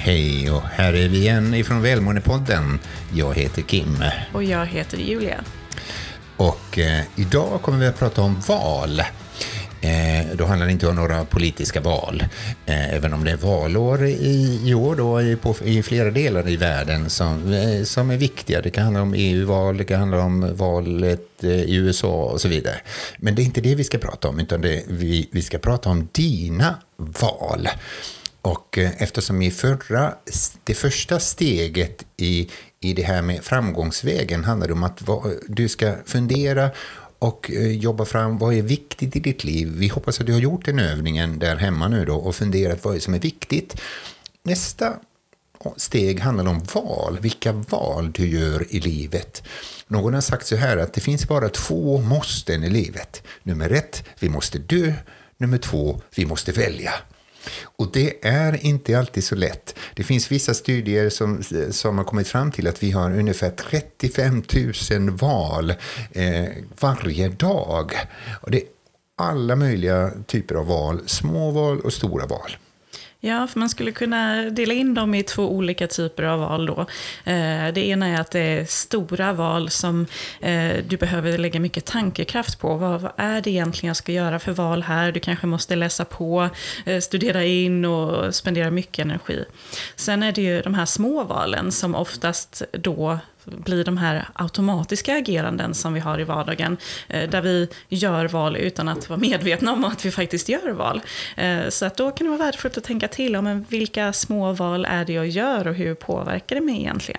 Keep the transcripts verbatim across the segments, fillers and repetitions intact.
Hej, och här är vi igen ifrån Välmåendepodden. Jag heter Kim. Och jag heter Julia. Och eh, idag kommer vi att prata om val. Eh, då handlar det inte om några politiska val. Eh, även om det är valår i, i år då, i, på, i flera delar i världen som, eh, som är viktiga. Det kan handla om E U-val, det kan handla om valet eh, i U S A och så vidare. Men det är inte det vi ska prata om, utan det, vi, vi ska prata om dina val. Och eftersom i förra, det första steget i, i det här med framgångsvägen handlar om att va, du ska fundera och jobba fram vad är viktigt i ditt liv. Vi hoppas att du har gjort den övningen där hemma nu då och funderat vad är som är viktigt. Nästa steg handlar om val, vilka val du gör i livet. Någon har sagt så här att det finns bara två måsten i livet. Nummer ett, vi måste dö. Nummer två, vi måste välja. Och det är inte alltid så lätt. Det finns vissa studier som, som har kommit fram till att vi har ungefär trettiofem tusen val eh, varje dag. Och det är alla möjliga typer av val, små val och stora val. Ja, för man skulle kunna dela in dem i två olika typer av val då. Eh, det ena är att det är stora val som eh, du behöver lägga mycket tankekraft på. Vad, vad är det egentligen jag ska göra för val här? Du kanske måste läsa på, eh, studera in och spendera mycket energi. Sen är det ju de här små valen som oftast då blir de här automatiska ageranden som vi har i vardagen, där vi gör val utan att vara medvetna om att vi faktiskt gör val. Så att då kan det vara värdefullt att tänka till om vilka små val är det jag gör och hur påverkar det mig egentligen.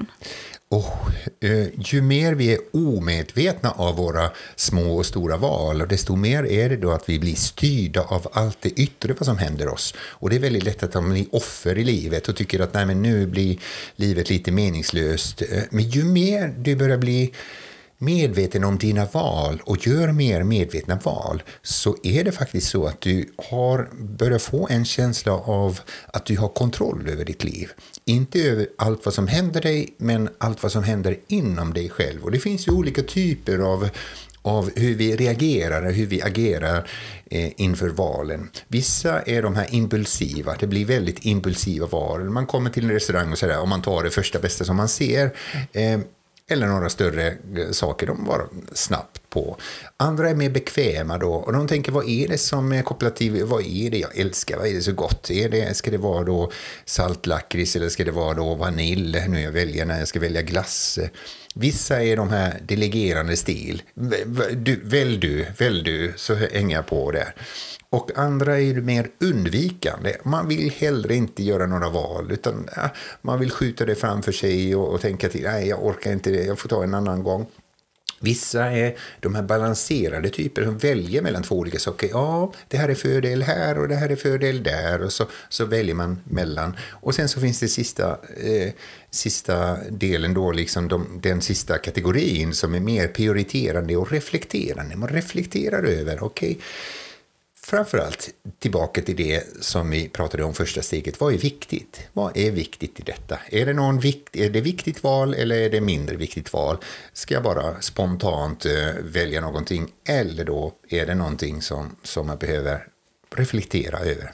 Och eh, ju mer vi är omedvetna av våra små och stora val, och desto mer är det då att vi blir styrda av allt det yttre vad som händer oss. Och det är väldigt lätt att man blir offer i livet och tycker att nej, men nu blir livet lite meningslöst. Men ju mer du börjar bli medveten om dina val och gör mer medvetna val, så är det faktiskt så att du har börjat få en känsla av att du har kontroll över ditt liv. Inte över allt vad som händer dig, men allt vad som händer inom dig själv. Och det finns ju olika typer av, av hur vi reagerar och hur vi agerar eh, inför valen. Vissa är de här impulsiva, det blir väldigt impulsiva val. Man kommer till en restaurang och sådär, och man tar det första bästa som man ser. Eh, Eller några större saker, de var snabbt på. Andra är mer bekväma då. Och de tänker, vad är det som är kopplat till, vad är det jag älskar, vad är det så gott? Är det, ska det vara då saltlakris eller ska det vara då vanilj? Nu jag väljer när jag ska välja glass. Vissa är de här delegerande stil. Du, välj du, välj du, så hänger jag på där. Och andra är mer undvikande. Man vill hellre inte göra några val, utan ja, man vill skjuta det framför sig och, och tänka till, nej jag orkar inte det, jag får ta en annan gång. Vissa är de här balanserade typer som väljer mellan två olika saker. Ja, det här är fördel här och det här är fördel där. Och så, så väljer man mellan. Och sen så finns det sista, eh, sista delen då, liksom de, den sista kategorin som är mer prioriterande och reflekterande. Man reflekterar över, okej. Okay, framförallt tillbaka till det som vi pratade om första steget. Vad är viktigt? Vad är viktigt i detta? Är det någon vikt, är det viktigt val eller är det mindre viktigt val? Ska jag bara spontant uh, välja någonting, eller då är det någonting som, som man behöver reflektera över?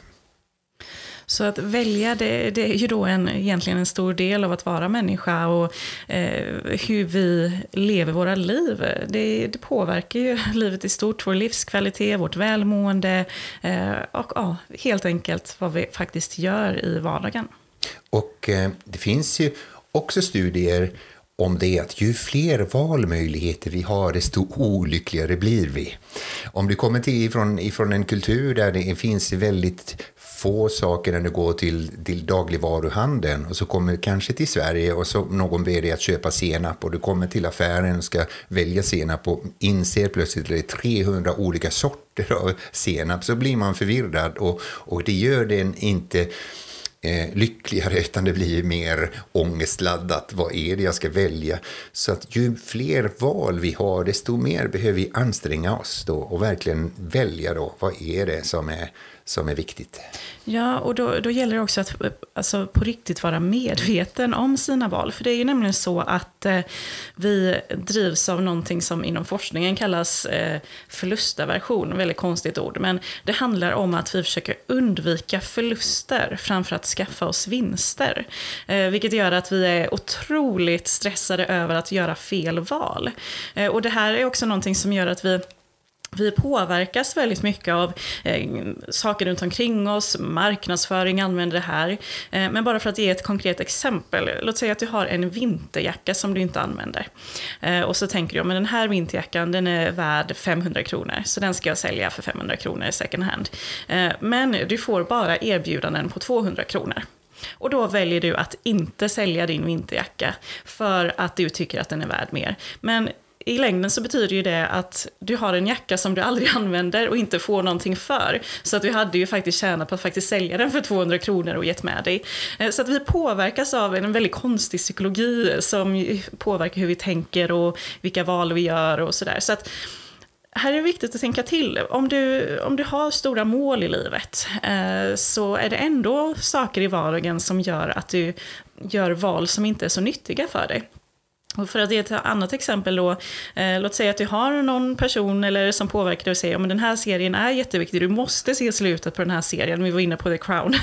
Så att välja, det, det är ju då en, egentligen en stor del av att vara människa, och eh, hur vi lever våra liv. Det, det påverkar ju livet i stort, vår livskvalitet, vårt välmående eh, och ja, helt enkelt vad vi faktiskt gör i vardagen. Och eh, det finns ju också studier om det, att ju fler valmöjligheter vi har, desto olyckligare blir vi. Om du kommer till ifrån, ifrån en kultur där det finns väldigt få saker när du går till, till dagligvaruhandeln, och så kommer kanske till Sverige och så någon ber dig att köpa senap, och du kommer till affären och ska välja senap och inser plötsligt att det är trehundra olika sorter av senap, så blir man förvirrad, och, och det gör den inte Eh, lyckligare, utan det blir mer ångestladdat. Vad är det jag ska välja? Så att ju fler val vi har, desto mer behöver vi anstränga oss då och verkligen välja då. Vad är det som är, som är viktigt. Ja, och då, då gäller det också att alltså, på riktigt vara medveten om sina val. För det är ju nämligen så att eh, vi drivs av någonting som inom forskningen kallas eh, förlustaversion. Väldigt konstigt ord. Men det handlar om att vi försöker undvika förluster framför att skaffa oss vinster. Eh, vilket gör att vi är otroligt stressade över att göra fel val. Eh, och det här är också någonting som gör att vi Vi påverkas väldigt mycket av eh, saker runt omkring oss, marknadsföring använder det här. Eh, men bara för att ge ett konkret exempel, låt säga att du har en vinterjacka som du inte använder. Eh, och så tänker du, men den här vinterjackan den är värd femhundra kronor, så den ska jag sälja för femhundra kronor second hand. Eh, men du får bara erbjudanden på tvåhundra kronor. Och då väljer du att inte sälja din vinterjacka för att du tycker att den är värd mer. Men i längden så betyder ju det att du har en jacka som du aldrig använder och inte får någonting för. Så att du hade ju faktiskt tjänat på att faktiskt sälja den för tvåhundra kronor och gett med dig. Så att vi påverkas av en väldigt konstig psykologi som påverkar hur vi tänker och vilka val vi gör och sådär. Så att här är det viktigt att tänka till. Om du, om du har stora mål i livet eh, så är det ändå saker i vardagen som gör att du gör val som inte är så nyttiga för dig. Och för att ge ett annat exempel då, eh, låt säga att du har någon person eller som påverkar dig och säger, ja men den här serien är jätteviktig, du måste se slutet på den här serien, vi var inne på The Crown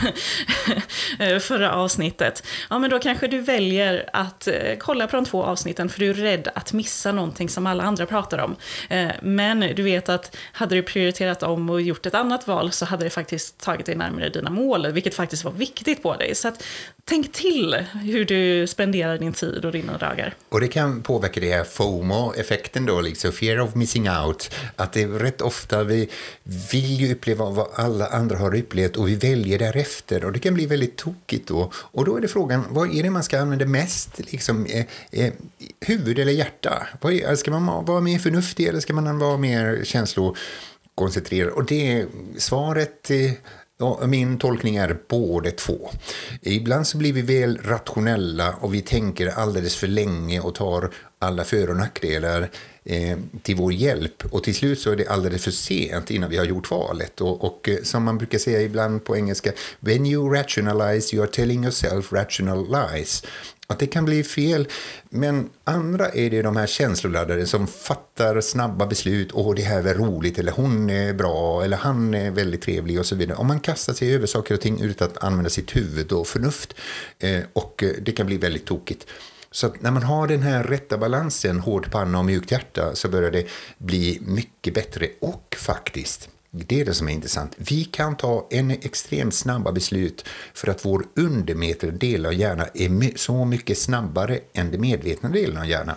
förra avsnittet. Ja men då kanske du väljer att eh, kolla på de två avsnitten för du är rädd att missa någonting som alla andra pratar om. Eh, men du vet att hade du prioriterat om och gjort ett annat val så hade det faktiskt tagit dig närmare dina mål, vilket faktiskt var viktigt på dig. Så att tänk till hur du spenderar din tid och dina dagar. Och det kan påverka det här FOMO-effekten då, liksom fear of missing out. Att det är rätt ofta vi vill ju uppleva vad alla andra har upplevt och vi väljer därefter. Och det kan bli väldigt tokigt då. Och då är det frågan, vad är det man ska använda mest? Liksom, eh, eh, huvud eller hjärta? Vad är, ska man vara mer förnuftig eller ska man vara mer känslokoncentrerad? Och det svaret... Eh, Ja, min tolkning är båda två. Ibland så blir vi väl rationella och vi tänker alldeles för länge och tar alla för- och nackdelar eh, till vår hjälp. Och till slut så är det alldeles för sent innan vi har gjort valet. Och, och som man brukar säga ibland på engelska, when you rationalize you are telling yourself rational lies. Att det kan bli fel, men andra är det de här känsloladdare som fattar snabba beslut. Åh, det här är roligt, eller hon är bra, eller han är väldigt trevlig och så vidare. Om man kastar sig över saker och ting utan att använda sitt huvud och förnuft, eh, och det kan bli väldigt tokigt. Så att när man har den här rätta balansen, hård panna och mjukt hjärta, så börjar det bli mycket bättre. Och faktiskt, det är det som är intressant. Vi kan ta en extremt snabba beslut för att vår undermedvetna del av hjärnan är så mycket snabbare än den medvetna delen av hjärnan.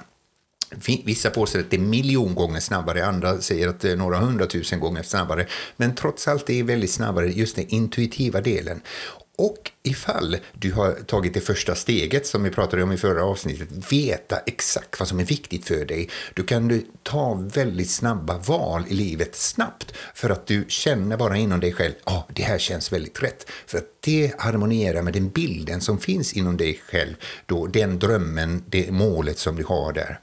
Vissa påstår att det är miljon gånger snabbare, andra säger att det är några hundratusen gånger snabbare. Men trots allt är det väldigt snabbare just den intuitiva delen. Och ifall du har tagit det första steget som vi pratade om i förra avsnittet, veta exakt vad som är viktigt för dig, då kan du ta väldigt snabba val i livet snabbt för att du känner bara inom dig själv, ja ah, det här känns väldigt rätt. För att det harmonierar med den bilden som finns inom dig själv, då den drömmen, det målet som du har där.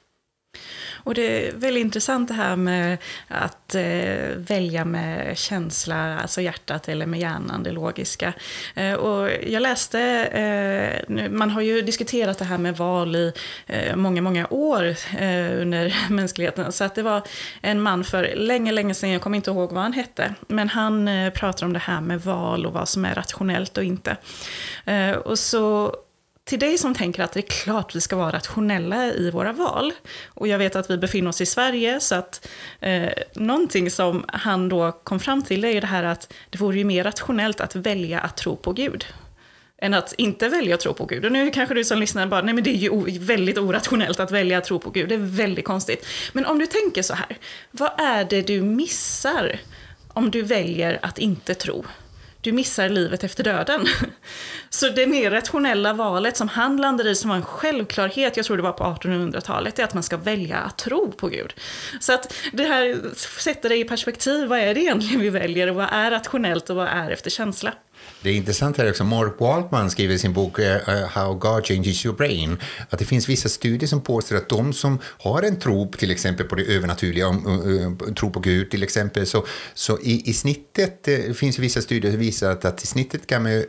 Och det är väldigt intressant det här med att eh, välja med känsla, alltså hjärtat eller med hjärnan, det logiska. Eh, och jag läste, eh, man har ju diskuterat det här med val i eh, många, många år eh, under mänskligheten. Så att det var en man för länge, länge sedan, jag kommer inte ihåg vad han hette. Men han eh, pratar om det här med val och vad som är rationellt och inte. Eh, och så... Till dig som tänker att det är klart vi ska vara rationella i våra val. Och jag vet att vi befinner oss i Sverige, så att eh, någonting som han då kom fram till är ju det här att det vore ju mer rationellt att välja att tro på Gud än att inte välja att tro på Gud. Och nu kanske du som lyssnar bara, nej men det är ju o- väldigt orationellt att välja att tro på Gud. Det är väldigt konstigt. Men om du tänker så här, vad är det du missar om du väljer att inte tro? Du missar livet efter döden. Så det mer rationella valet som han landade i, som var en självklarhet, jag tror det var på artonhundratalet, är att man ska välja att tro på Gud. Så att det här sätter dig i perspektiv, vad är det egentligen vi väljer och vad är rationellt och vad är efter känsla? Det är intressant här också. Mark Waltman skriver i sin bok uh, How God Changes Your Brain att det finns vissa studier som påstår att de som har en tro till exempel på det övernaturliga, um, uh, tro på Gud till exempel, så, så i, i snittet uh, finns vissa studier som visar att, att i snittet kan man uh,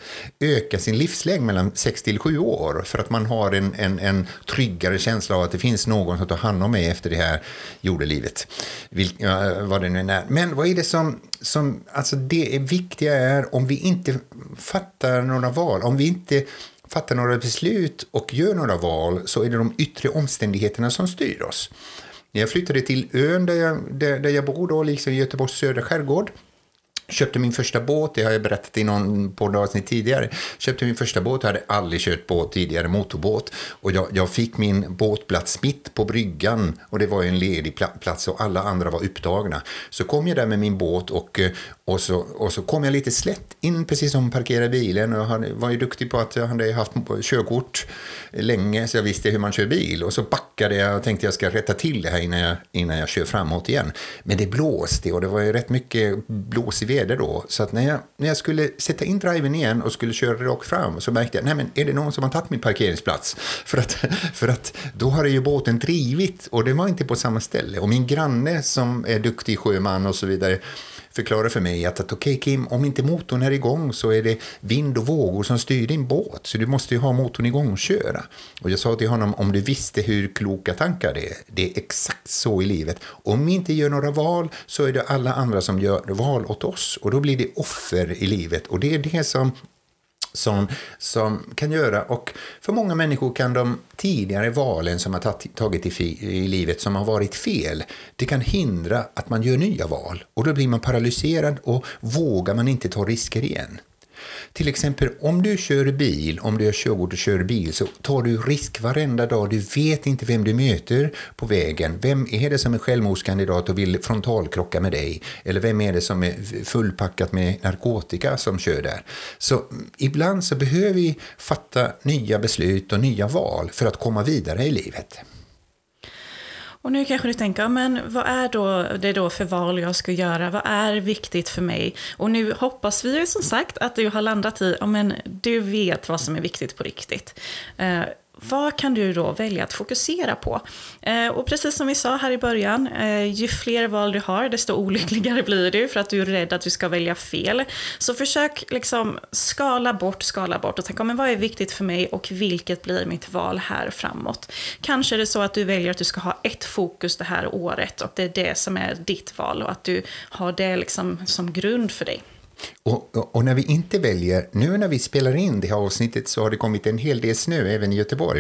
öka sin livslängd mellan sex till sju år för att man har en, en, en tryggare känsla av att det finns någon som tar hand om mig efter det här jordelivet. Vil, uh, vad det nu är. Men vad är det som, som alltså det är viktiga är om vi inte fattar några val, om vi inte fattar några beslut och gör några val, så är det de yttre omständigheterna som styr oss. När jag flyttade till ön där jag, där, där jag bor då, liksom i Göteborgs södra skärgård, köpte min första båt, det har jag berättat i någon poddavsnitt tidigare. Köpte min första båt, jag hade aldrig kört båt tidigare, motorbåt. Och jag, jag fick min båtplats mitt på bryggan och det var ju en ledig plats och alla andra var upptagna. Så kom jag där med min båt och, och, så, och så kom jag lite slätt in precis som parkerade bilen. Och jag var ju duktig på att jag hade haft körkort länge så jag visste hur man kör bil. Och så backade jag och tänkte jag ska rätta till det här innan jag, innan jag kör framåt igen. Men det blåste och det var ju rätt mycket blås i väder då. Så att när jag, när jag skulle sätta in driven igen och skulle köra rakt fram så märkte jag, nej men är det någon som har tagit min parkeringsplats? För att, för att då har ju båten drivit och det var inte på samma ställe. Och min granne som är duktig sjöman och så vidare förklarar för mig att, att okej okay, Kim, om inte motorn är igång så är det vind och vågor som styr din båt. Så du måste ju ha motorn igång och köra. Och jag sa till honom, om du visste hur kloka tankar det är, det är exakt så i livet. Om vi inte gör några val så är det alla andra som gör val åt oss. Och då blir det offer i livet. Och det är det som... Som, som kan göra, och för många människor kan de tidigare valen som har tagit i, i livet som har varit fel, det kan hindra att man gör nya val och då blir man paralyserad och vågar man inte ta risker igen. Till exempel om du kör bil, om du har körkort och kör bil så tar du risk varenda dag. Du vet inte vem du möter på vägen. Vem är det som är självmordskandidat och vill frontalkrocka med dig? Eller vem är det som är fullpackat med narkotika som kör där? Så ibland så behöver vi fatta nya beslut och nya val för att komma vidare i livet. Och nu kanske du tänker, men vad är då det då för val jag ska göra? Vad är viktigt för mig? Och nu hoppas vi ju som sagt att du har landat i, ja men du vet vad som är viktigt på riktigt. Eh, vad kan du då välja att fokusera på? Eh, och precis som vi sa här i början, eh, ju fler val du har, desto olyckligare blir du för att du är rädd att du ska välja fel. Så försök liksom skala bort, skala bort och tänka, men vad är viktigt för mig och vilket blir mitt val här framåt? Kanske är det så att du väljer att du ska ha ett fokus det här året och det är det som är ditt val och att du har det liksom som grund för dig. Och, och, och när vi inte väljer, nu när vi spelar in det här avsnittet så har det kommit en hel del snö även i Göteborg.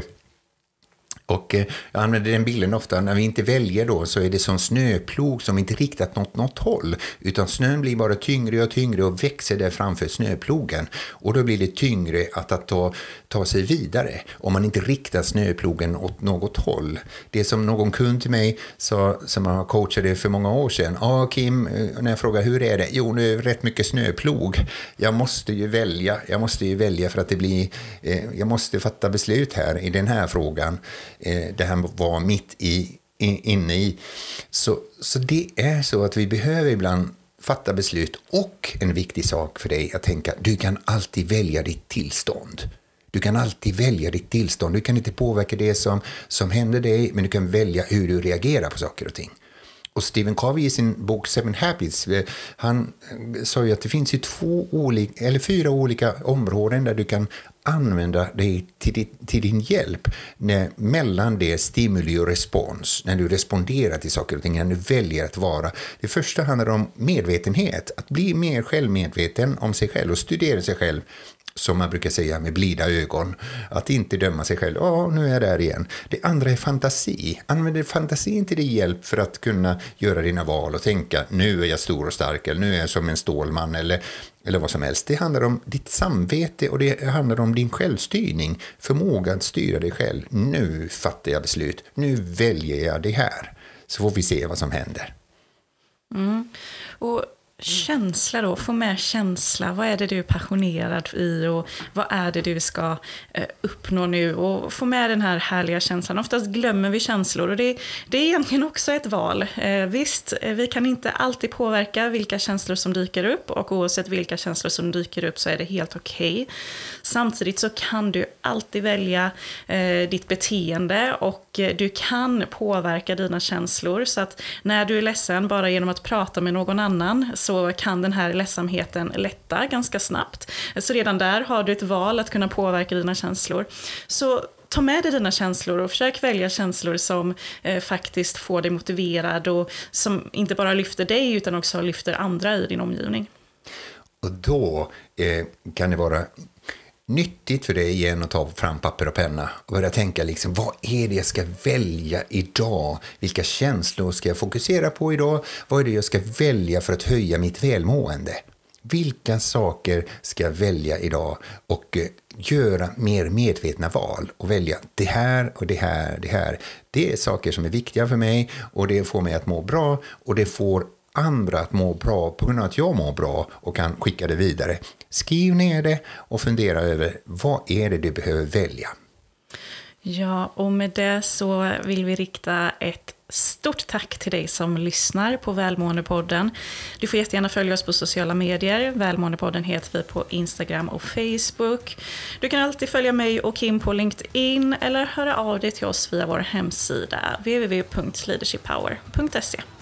Och eh, jag använder den bilden ofta, när vi inte väljer då så är det som snöplog som inte riktat något, något håll. Utan snön blir bara tyngre och tyngre och växer där framför snöplogen. Och då blir det tyngre att, att ta, ta sig vidare om man inte riktar snöplogen åt något håll. Det är som någon kund till mig sa, som jag coachade för många år sedan. Ja ah, Kim, när jag frågar hur är det? Jo, nu är det rätt mycket snöplog. Jag måste ju välja, jag måste ju välja för att det blir, eh, jag måste fatta beslut här i den här frågan. Det här var mitt i, inne i. Så, så det är så att vi behöver ibland fatta beslut. Och en viktig sak för dig att tänka, du kan alltid välja ditt tillstånd. Du kan alltid välja ditt tillstånd. Du kan inte påverka det som, som händer dig, men du kan välja hur du reagerar på saker och ting. Och Stephen Covey i sin bok Seven Habits, han sa ju att det finns ju två olika, eller fyra olika områden där du kan använda dig till, din, till din hjälp när, mellan det stimuli och respons, när du responderar till saker och ting, när du väljer att vara. Det första handlar om medvetenhet, att bli mer självmedveten om sig själv och studera sig själv, som man brukar säga med blida ögon. Att inte döma sig själv. Ja, nu är jag där igen. Det andra är fantasi. Använder fantasin till din hjälp för att kunna göra dina val och tänka, nu är jag stor och stark, eller nu är jag som en stålman, eller, eller vad som helst. Det handlar om ditt samvete och det handlar om din självstyrning. Förmåga att styra dig själv. Nu fattar jag beslut. Nu väljer jag det här. Så får vi se vad som händer. Mm. Och känsla då, få med känsla. Vad är det du är passionerad i och vad är det du ska eh, uppnå nu? Och få med den här härliga känslan. Oftast glömmer vi känslor och det, det är egentligen också ett val. Eh, visst, vi kan inte alltid påverka vilka känslor som dyker upp och oavsett vilka känslor som dyker upp så är det helt okej. Okay. Samtidigt så kan du alltid välja eh, ditt beteende och eh, du kan påverka dina känslor så att när du är ledsen bara genom att prata med någon annan så kan den här ledsamheten lätta ganska snabbt. Så redan där har du ett val att kunna påverka dina känslor. Så ta med dig dina känslor och försök välja känslor som eh, faktiskt får dig motiverad och som inte bara lyfter dig utan också lyfter andra i din omgivning. Och då eh, kan det vara nyttigt för dig igen att ta fram papper och penna och börja tänka liksom, vad är det jag ska välja idag? Vilka känslor ska jag fokusera på idag? Vad är det jag ska välja för att höja mitt välmående? Vilka saker ska jag välja idag och eh, göra mer medvetna val och välja det här och det här, det här. Det är saker som är viktiga för mig och det får mig att må bra och det får andra att må bra på grund av att jag mår bra och kan skicka det vidare. Skriv ner det och fundera över vad är det du behöver välja. Ja, och med det så vill vi rikta ett stort tack till dig som lyssnar på Välmåendepodden. Du får jättegärna följa oss på sociala medier. Välmåendepodden heter vi på Instagram och Facebook. Du kan alltid följa mig och Kim på LinkedIn eller höra av dig till oss via vår hemsida w w w punkt leadership power punkt se.